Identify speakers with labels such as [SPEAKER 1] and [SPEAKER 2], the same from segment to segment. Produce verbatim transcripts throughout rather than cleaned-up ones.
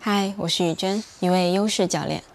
[SPEAKER 1] 嗨，我是雨娟，一位优势教练。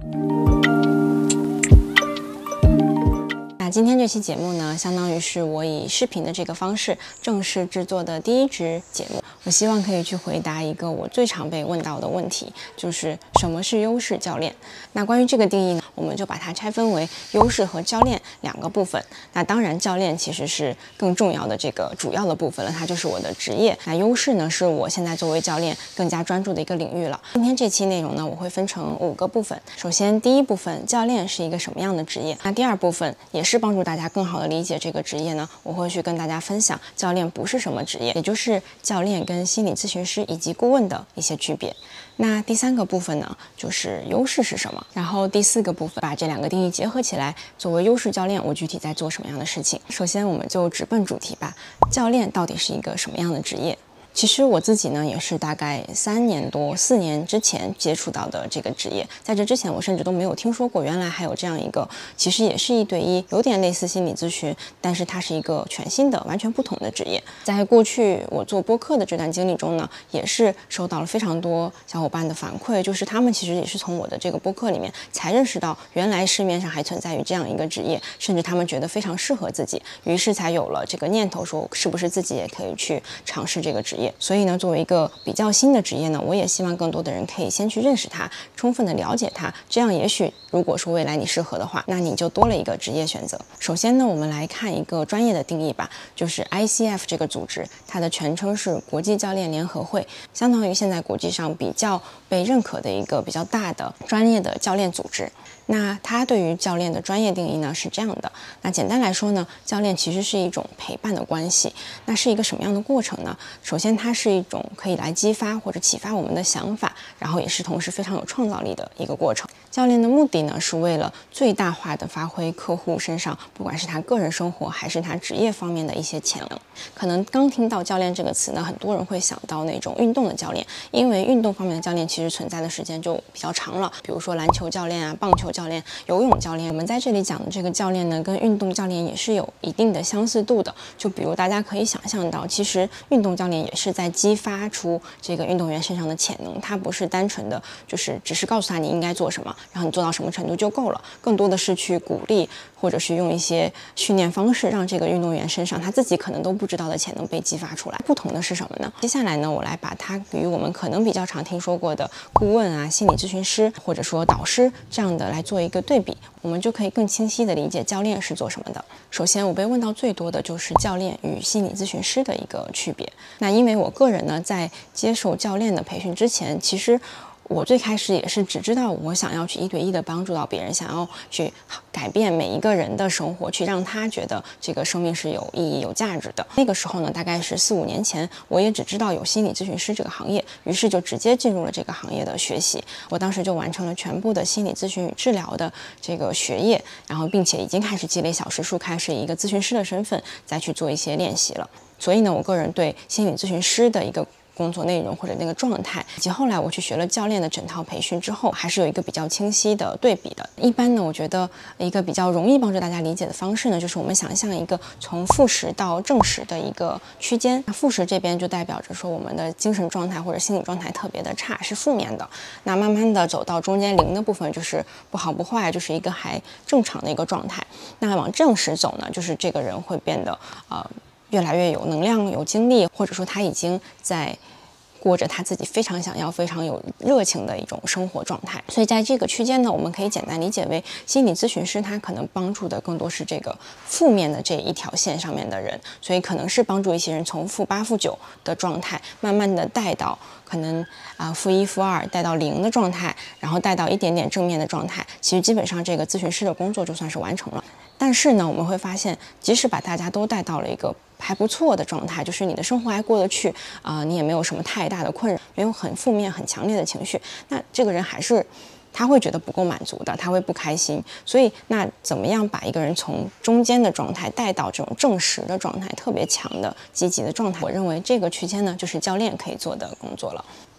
[SPEAKER 1] 那今天这期节目呢，相当于是我以视频的这个方式正式制作的第一支节目。我希望可以去回答一个我最常被问到的问题，就是什么是优势教练？那关于这个定义呢，我们就把它拆分为优势和教练两个部分。那当然，教练其实是更重要的这个主要的部分了，它就是我的职业。那优势呢，是我现在作为教练更加专注的一个领域了。今天这期内容呢，我会分成五个部分。首先，第一部分，教练是一个什么样的职业？那第二部分也是帮助大家更好的理解这个职业呢，我会去跟大家分享教练不是什么职业，也就是教练跟心理咨询师以及顾问的一些区别。那第三个部分呢，就是优势是什么？然后第四个部分把这两个定义结合起来，作为优势教练，我具体在做什么样的事情？首先，我们就直奔主题吧。教练到底是一个什么样的职业？其实我自己呢，也是大概三年多、四年之前接触到的这个职业。在这之前，我甚至都没有听说过，原来还有这样一个，其实也是一对一，有点类似心理咨询，但是它是一个全新的、完全不同的职业。在过去我做播客的这段经历中呢，也是收到了非常多小伙伴的反馈，就是他们其实也是从我的这个播客里面才认识到，原来市面上还存在于这样一个职业，甚至他们觉得非常适合自己，于是才有了这个念头，说是不是自己也可以去尝试这个职业。所以呢，作为一个比较新的职业呢，我也希望更多的人可以先去认识它，充分的了解它，这样也许如果说未来你适合的话，那你就多了一个职业选择。首先呢，我们来看一个专业的定义吧，就是 I C F 这个组织，它的全称是国际教练联合会，相当于现在国际上比较被认可的一个比较大的专业的教练组织。那它对于教练的专业定义呢是这样的，那简单来说呢，教练其实是一种陪伴的关系。那是一个什么样的过程呢？首先它是一种可以来激发或者启发我们的想法，然后也是同时非常有创造力的一个过程。教练的目的呢，是为了最大化的发挥客户身上，不管是他个人生活还是他职业方面的一些潜能。可能刚听到教练这个词呢，很多人会想到那种运动的教练，因为运动方面的教练其实存在的时间就比较长了，比如说篮球教练啊、棒球教练、游泳教练。我们在这里讲的这个教练呢，跟运动教练也是有一定的相似度的。就比如大家可以想象到，其实运动教练也是在激发出这个运动员身上的潜能，他不是单纯的就是只是告诉他你应该做什么，然后你做到什么程度就够了，更多的是去鼓励，或者是用一些训练方式，让这个运动员身上他自己可能都不知道的潜能被激发出来。不同的是什么呢？接下来呢，我来把它与我们可能比较常听说过的顾问啊、心理咨询师或者说导师这样的来做一个对比，我们就可以更清晰的理解教练是做什么的。首先，我被问到最多的就是教练与心理咨询师的一个区别。那因为我个人呢，在接受教练的培训之前，其实我最开始也是只知道我想要去一对一的帮助到别人，想要去改变每一个人的生活，去让他觉得这个生命是有意义、有价值的。那个时候呢，大概是四五年前，我也只知道有心理咨询师这个行业，于是就直接进入了这个行业的学习。我当时就完成了全部的心理咨询与治疗的这个学业，然后并且已经开始积累小时数，开始以一个咨询师的身份再去做一些练习了。所以呢，我个人对心理咨询师的一个工作内容或者那个状态，以及后来我去学了教练的整套培训之后，还是有一个比较清晰的对比的。一般呢，我觉得一个比较容易帮助大家理解的方式呢，就是我们想象一个从负十到正十的一个区间。那负十这边就代表着说我们的精神状态或者心理状态特别的差，是负面的。那慢慢的走到中间零的部分，就是不好不坏，就是一个还正常的一个状态。那往正十走呢，就是这个人会变得呃越来越有能量、有精力，或者说他已经在过着他自己非常想要、非常有热情的一种生活状态。所以在这个区间呢，我们可以简单理解为心理咨询师他可能帮助的更多是这个负面的这一条线上面的人，所以可能是帮助一些人从负八、负九的状态，慢慢的带到可能啊、呃、负一、负二，带到零的状态，然后带到一点点正面的状态。其实基本上这个咨询师的工作就算是完成了。但是呢，我们会发现，即使把大家都带到了一个还不错的状态，就是你的生活还过得去啊、呃，你也没有什么太大的困扰，没有很负面、很强烈的情绪，那这个人还是他会觉得不够满足的，他会不开心。所以，那怎么样把一个人从中间的状态带到这种正十的状态，特别强的、积极的状态？我认为这个区间呢，就是教练可以做的工作了。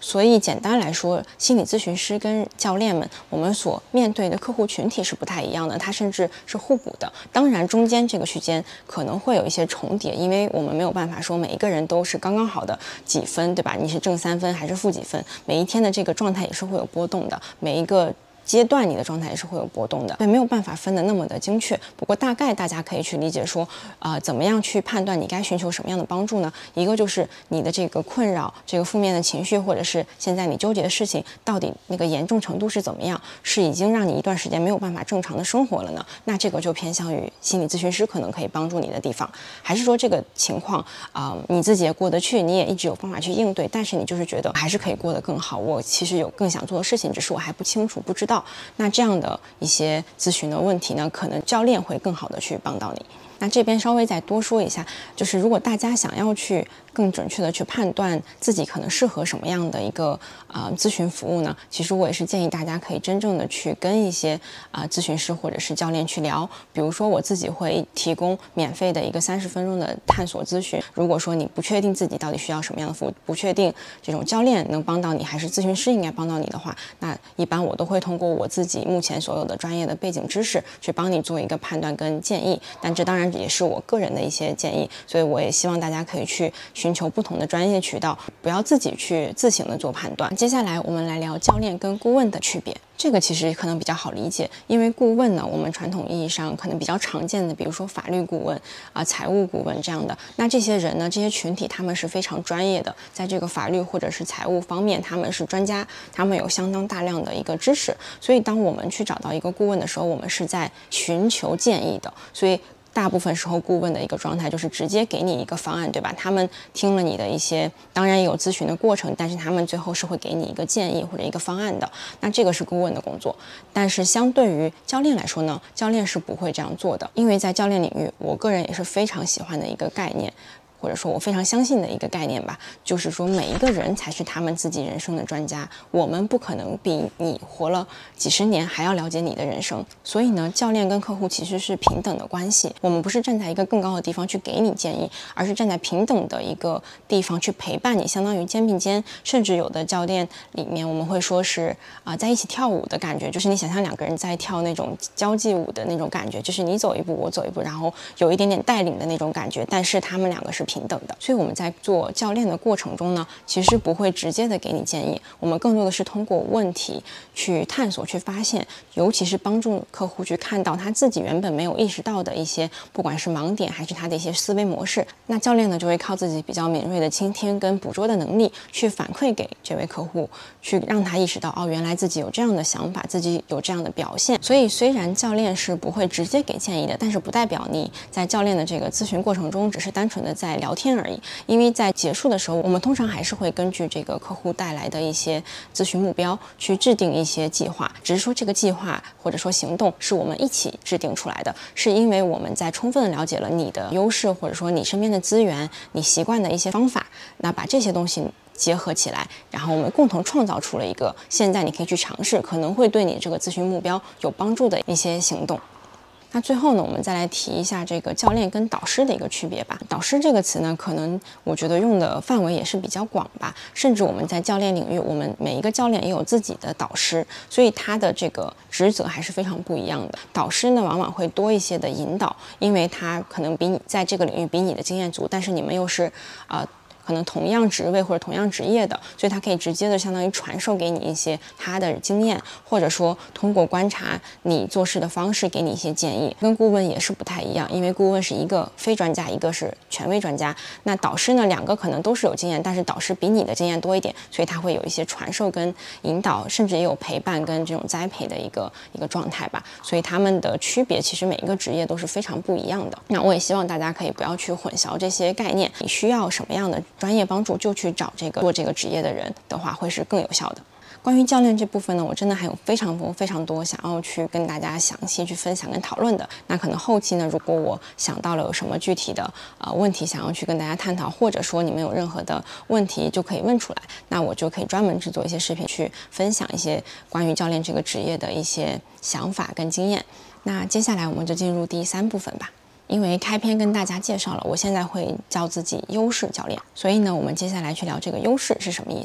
[SPEAKER 1] 所以简单来说，心理咨询师跟教练们，我们所面对的客户群体是不太一样的，它甚至是互补的。当然，中间这个区间可能会有一些重叠，因为我们没有办法说每一个人都是刚刚好的几分，对吧？你是正三分还是负几分？每一天的这个状态也是会有波动的，每一个阶段你的状态也是会有波动的，所以没有办法分得那么的精确。不过大概大家可以去理解说，呃，怎么样去判断你该寻求什么样的帮助呢？一个就是你的这个困扰、这个负面的情绪，或者是现在你纠结的事情，到底那个严重程度是怎么样？是已经让你一段时间没有办法正常的生活了呢？那这个就偏向于心理咨询师可能可以帮助你的地方，还是说这个情况啊、呃，你自己也过得去，你也一直有方法去应对，但是你就是觉得还是可以过得更好。我其实有更想做的事情，只是我还不清楚、不知道。那这样的一些咨询的问题呢，可能教练会更好的去帮到你。那这边稍微再多说一下，就是如果大家想要去更准确的去判断自己可能适合什么样的一个啊、呃、咨询服务呢，其实我也是建议大家可以真正的去跟一些啊、呃、咨询师或者是教练去聊。比如说我自己会提供免费的一个三十分钟的探索咨询。如果说你不确定自己到底需要什么样的服务，不确定这种教练能帮到你还是咨询师应该帮到你的话，那一般我都会通过我自己目前所有的专业的背景知识去帮你做一个判断跟建议。但这当然也是我个人的一些建议，所以我也希望大家可以去寻求不同的专业渠道，不要自己去自行的做判断。接下来我们来聊教练跟顾问的区别。这个其实可能比较好理解，因为顾问呢，我们传统意义上可能比较常见的，比如说法律顾问啊、呃、财务顾问这样的，那这些人呢，这些群体他们是非常专业的，在这个法律或者是财务方面，他们是专家，他们有相当大量的一个知识，所以当我们去找到一个顾问的时候，我们是在寻求建议的，所以大部分时候顾问的一个状态就是直接给你一个方案，对吧？他们听了你的一些，当然也有咨询的过程，但是他们最后是会给你一个建议或者一个方案的。那这个是顾问的工作。但是相对于教练来说呢，教练是不会这样做的，因为在教练领域，我个人也是非常喜欢的一个概念，或者说我非常相信的一个概念吧，就是说每一个人才是他们自己人生的专家，我们不可能比你活了几十年还要了解你的人生。所以呢，教练跟客户其实是平等的关系，我们不是站在一个更高的地方去给你建议，而是站在平等的一个地方去陪伴你，相当于肩并肩。甚至有的教练里面我们会说是啊、呃，在一起跳舞的感觉，就是你想象两个人在跳那种交际舞的那种感觉，就是你走一步我走一步，然后有一点点带领的那种感觉，但是他们两个是平等的。所以我们在做教练的过程中呢，其实不会直接的给你建议，我们更多的是通过问题去探索去发现，尤其是帮助客户去看到他自己原本没有意识到的一些，不管是盲点还是他的一些思维模式。那教练呢就会靠自己比较敏锐的倾听跟捕捉的能力去反馈给这位客户，去让他意识到哦，原来自己有这样的想法，自己有这样的表现。所以虽然教练是不会直接给建议的，但是不代表你在教练的这个咨询过程中只是单纯的在聊天而已，因为在结束的时候，我们通常还是会根据这个客户带来的一些咨询目标去制定一些计划，只是说这个计划或者说行动是我们一起制定出来的，是因为我们在充分的了解了你的优势，或者说你身边的资源，你习惯的一些方法，那把这些东西结合起来，然后我们共同创造出了一个现在你可以去尝试，可能会对你这个咨询目标有帮助的一些行动。那最后呢，我们再来提一下这个教练跟导师的一个区别吧。导师这个词呢，可能我觉得用的范围也是比较广吧，甚至我们在教练领域，我们每一个教练也有自己的导师，所以他的这个职责还是非常不一样的。导师呢，往往会多一些的引导，因为他可能比你在这个领域比你的经验足，但是你们又是啊。呃可能同样职位或者同样职业的，所以他可以直接的相当于传授给你一些他的经验，或者说通过观察你做事的方式给你一些建议。跟顾问也是不太一样，因为顾问是一个非专家，一个是权威专家。那导师呢，两个可能都是有经验，但是导师比你的经验多一点，所以他会有一些传授跟引导，甚至也有陪伴跟这种栽培的一个一个状态吧。所以他们的区别其实每一个职业都是非常不一样的。那我也希望大家可以不要去混淆这些概念，你需要什么样的专业帮助就去找这个做这个职业的人的话，会是更有效的。关于教练这部分呢，我真的还有非常多非常多想要去跟大家详细去分享跟讨论的。那可能后期呢，如果我想到了有什么具体的呃问题想要去跟大家探讨，或者说你们有任何的问题就可以问出来，那我就可以专门制作一些视频去分享一些关于教练这个职业的一些想法跟经验。那接下来我们就进入第三部分吧。因为开篇跟大家介绍了，我现在会叫自己优势教练，所以呢，我们接下来去聊这个优势是什么意思。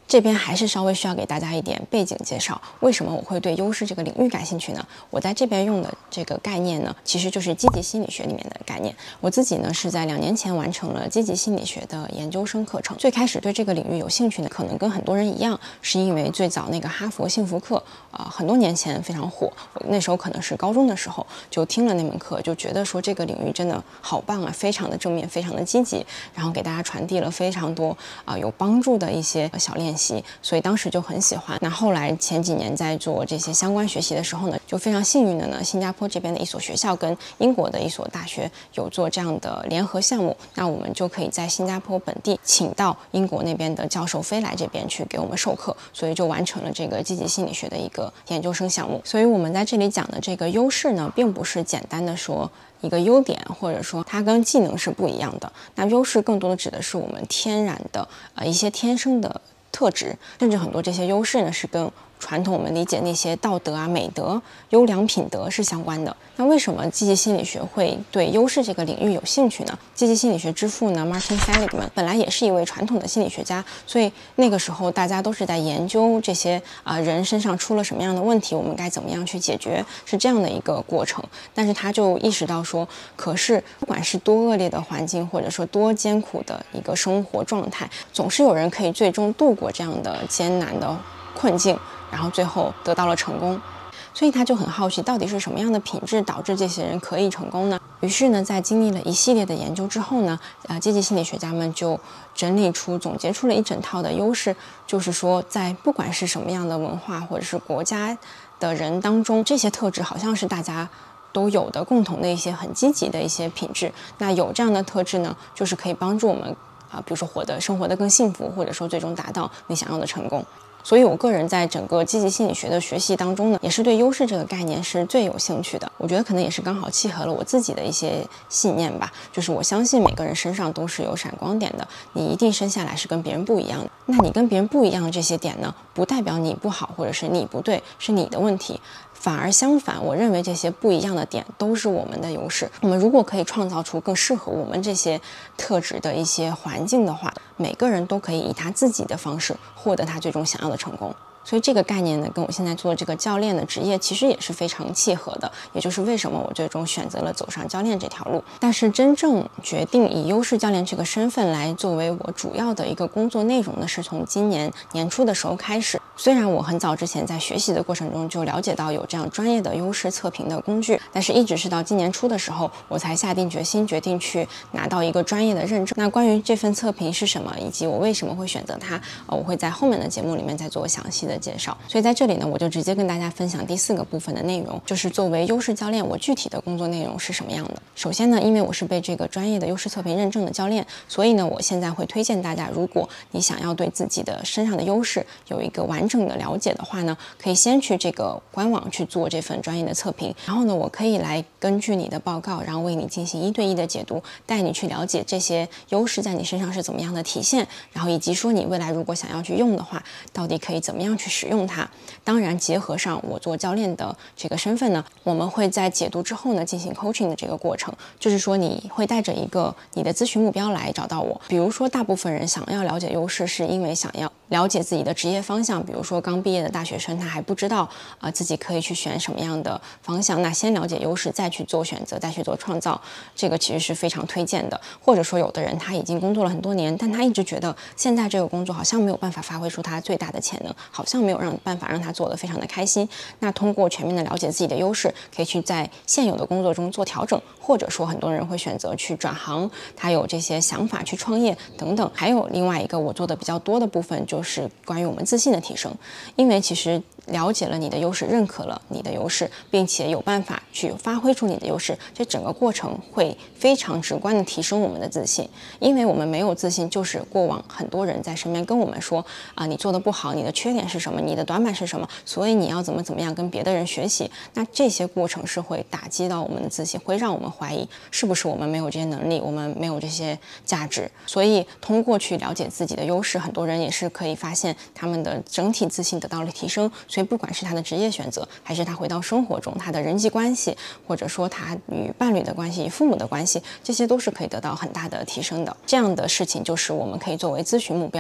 [SPEAKER 1] 这边还是稍微需要给大家一点背景介绍，为什么我会对优势这个领域感兴趣呢？我在这边用的这个概念呢，其实就是积极心理学里面的概念。我自己呢是在两年前完成了积极心理学的研究生课程。最开始对这个领域有兴趣呢，可能跟很多人一样，是因为最早那个哈佛幸福课啊、呃，很多年前非常火。我那时候可能是高中的时候就听了那门课，就觉得说这个领域真的好棒啊，非常的正面，非常的积极，然后给大家传递了非常多啊、呃、有帮助的一些小练习。所以当时就很喜欢。那后来前几年在做这些相关学习的时候呢，就非常幸运的呢，新加坡这边的一所学校跟英国的一所大学有做这样的联合项目，那我们就可以在新加坡本地请到英国那边的教授飞来这边去给我们授课，所以就完成了这个积极心理学的一个研究生项目。所以我们在这里讲的这个优势呢，并不是简单的说一个优点，或者说它跟技能是不一样的。那优势更多的指的是我们天然的呃一些天生的特质，甚至很多这些优势呢是跟传统我们理解那些道德啊、美德、优良品德是相关的。那为什么积极心理学会对优势这个领域有兴趣呢？积极心理学之父呢 Martin Seligman 本来也是一位传统的心理学家，所以那个时候大家都是在研究这些啊、呃、人身上出了什么样的问题，我们该怎么样去解决，是这样的一个过程。但是他就意识到说，可是不管是多恶劣的环境，或者说多艰苦的一个生活状态，总是有人可以最终度过这样的艰难的困境，然后最后得到了成功。所以他就很好奇，到底是什么样的品质导致这些人可以成功呢？于是呢，在经历了一系列的研究之后呢，呃，积极心理学家们就整理出、总结出了一整套的优势，就是说，在不管是什么样的文化或者是国家的人当中，这些特质好像是大家都有的共同的一些很积极的一些品质。那有这样的特质呢，就是可以帮助我们啊、呃，比如说活得生活得更幸福，或者说最终达到你想要的成功。所以我个人在整个积极心理学的学习当中呢，也是对优势这个概念是最有兴趣的。我觉得可能也是刚好契合了我自己的一些信念吧，就是我相信每个人身上都是有闪光点的，你一定生下来是跟别人不一样的。那你跟别人不一样的这些点呢，不代表你不好，或者是你不对，是你的问题。反而相反，我认为这些不一样的点都是我们的优势。我们如果可以创造出更适合我们这些特质的一些环境的话，每个人都可以以他自己的方式获得他最终想要的成功。所以这个概念呢，跟我现在做的这个教练的职业其实也是非常契合的，也就是为什么我最终选择了走上教练这条路。但是真正决定以优势教练这个身份来作为我主要的一个工作内容呢，是从今年年初的时候开始。虽然我很早之前在学习的过程中就了解到有这样专业的优势测评的工具，但是一直是到今年初的时候，我才下定决心决定去拿到一个专业的认证。那关于这份测评是什么，以及我为什么会选择它，呃，我会在后面的节目里面再做详细的介绍。所以在这里呢，我就直接跟大家分享第四个部分的内容，就是作为优势教练，我具体的工作内容是什么样的。首先呢，因为我是被这个专业的优势测评认证的教练，所以呢，我现在会推荐大家，如果你想要对自己的身上的优势有一个完整的了解的话呢，可以先去这个官网去做这份专业的测评，然后呢，我可以来根据你的报告，然后为你进行一对一的解读，带你去了解这些优势在你身上是怎么样的体现，然后以及说你未来如果想要去用的话，到底可以怎么样去使用它。当然结合上我做教练的这个身份呢，我们会在解读之后呢进行 coaching 的这个过程，就是说你会带着一个你的咨询目标来找到我。比如说大部分人想要了解优势是因为想要了解自己的职业方向，比如说刚毕业的大学生他还不知道啊、呃、自己可以去选什么样的方向，那先了解优势再去做选择，再去做创造，这个其实是非常推荐的。或者说有的人他已经工作了很多年，但他一直觉得现在这个工作好像没有办法发挥出他最大的潜能，好像没有让办法让他做得非常的开心。那通过全面的了解自己的优势，可以去在现有的工作中做调整，或者说很多人会选择去转行，他有这些想法去创业等等。还有另外一个我做的比较多的部分，就是关于我们自信的提升。因为其实了解了你的优势，认可了你的优势，并且有办法去发挥出你的优势，这整个过程会非常直观的提升我们的自信。因为我们没有自信，就是过往很多人在身边跟我们说啊，你做的不好，你的缺点是什么，你的短板是什么，所以你要怎么怎么样跟别的人学习。那这些过程是会打击到我们的自信，会让我们怀疑是不是我们没有这些能力，我们没有这些价值。所以通过去了解自己的优势，很多人也是可以发现他们的整体自信得到了提升。所以不管是他的职业选择，还是他回到生活中他的人际关系，或者说他与伴侣的关系、与父母的关系，这些都是可以得到很大的提升的。这样的事情就是我们可以作为咨询目标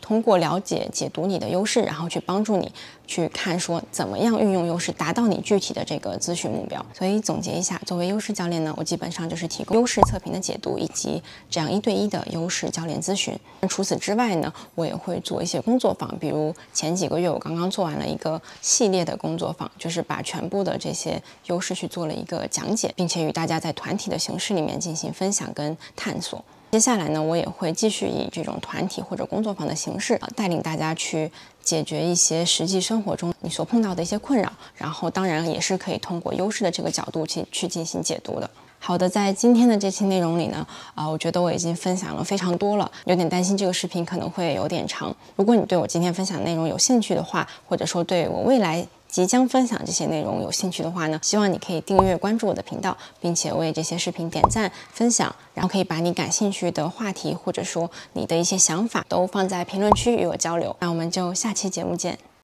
[SPEAKER 1] 通过了解解读你的优势，然后去帮助你去看说怎么样运用优势达到你具体的这个咨询目标。所以总结一下，作为优势教练呢，我基本上就是提供优势测评的解读以及这样一对一的优势教练咨询。除此之外呢，我也会做一些工作坊，比如前几个月我刚刚做完了一个系列的工作坊，就是把全部的这些优势去做了一个讲解，并且与大家在团体的形式里面进行分享跟探索。接下来呢，我也会继续以这种团体或者工作坊的形式，带领大家去解决一些实际生活中你所碰到的一些困扰，然后当然也是可以通过优势的这个角度去去进行解读的。好的，在今天的这期内容里呢，啊、呃，我觉得我已经分享了非常多了，有点担心这个视频可能会有点长。如果你对我今天分享的内容有兴趣的话，或者说对我未来即将分享这些内容有兴趣的话呢，希望你可以订阅关注我的频道，并且为这些视频点赞分享，然后可以把你感兴趣的话题或者说你的一些想法都放在评论区与我交流。那我们就下期节目见。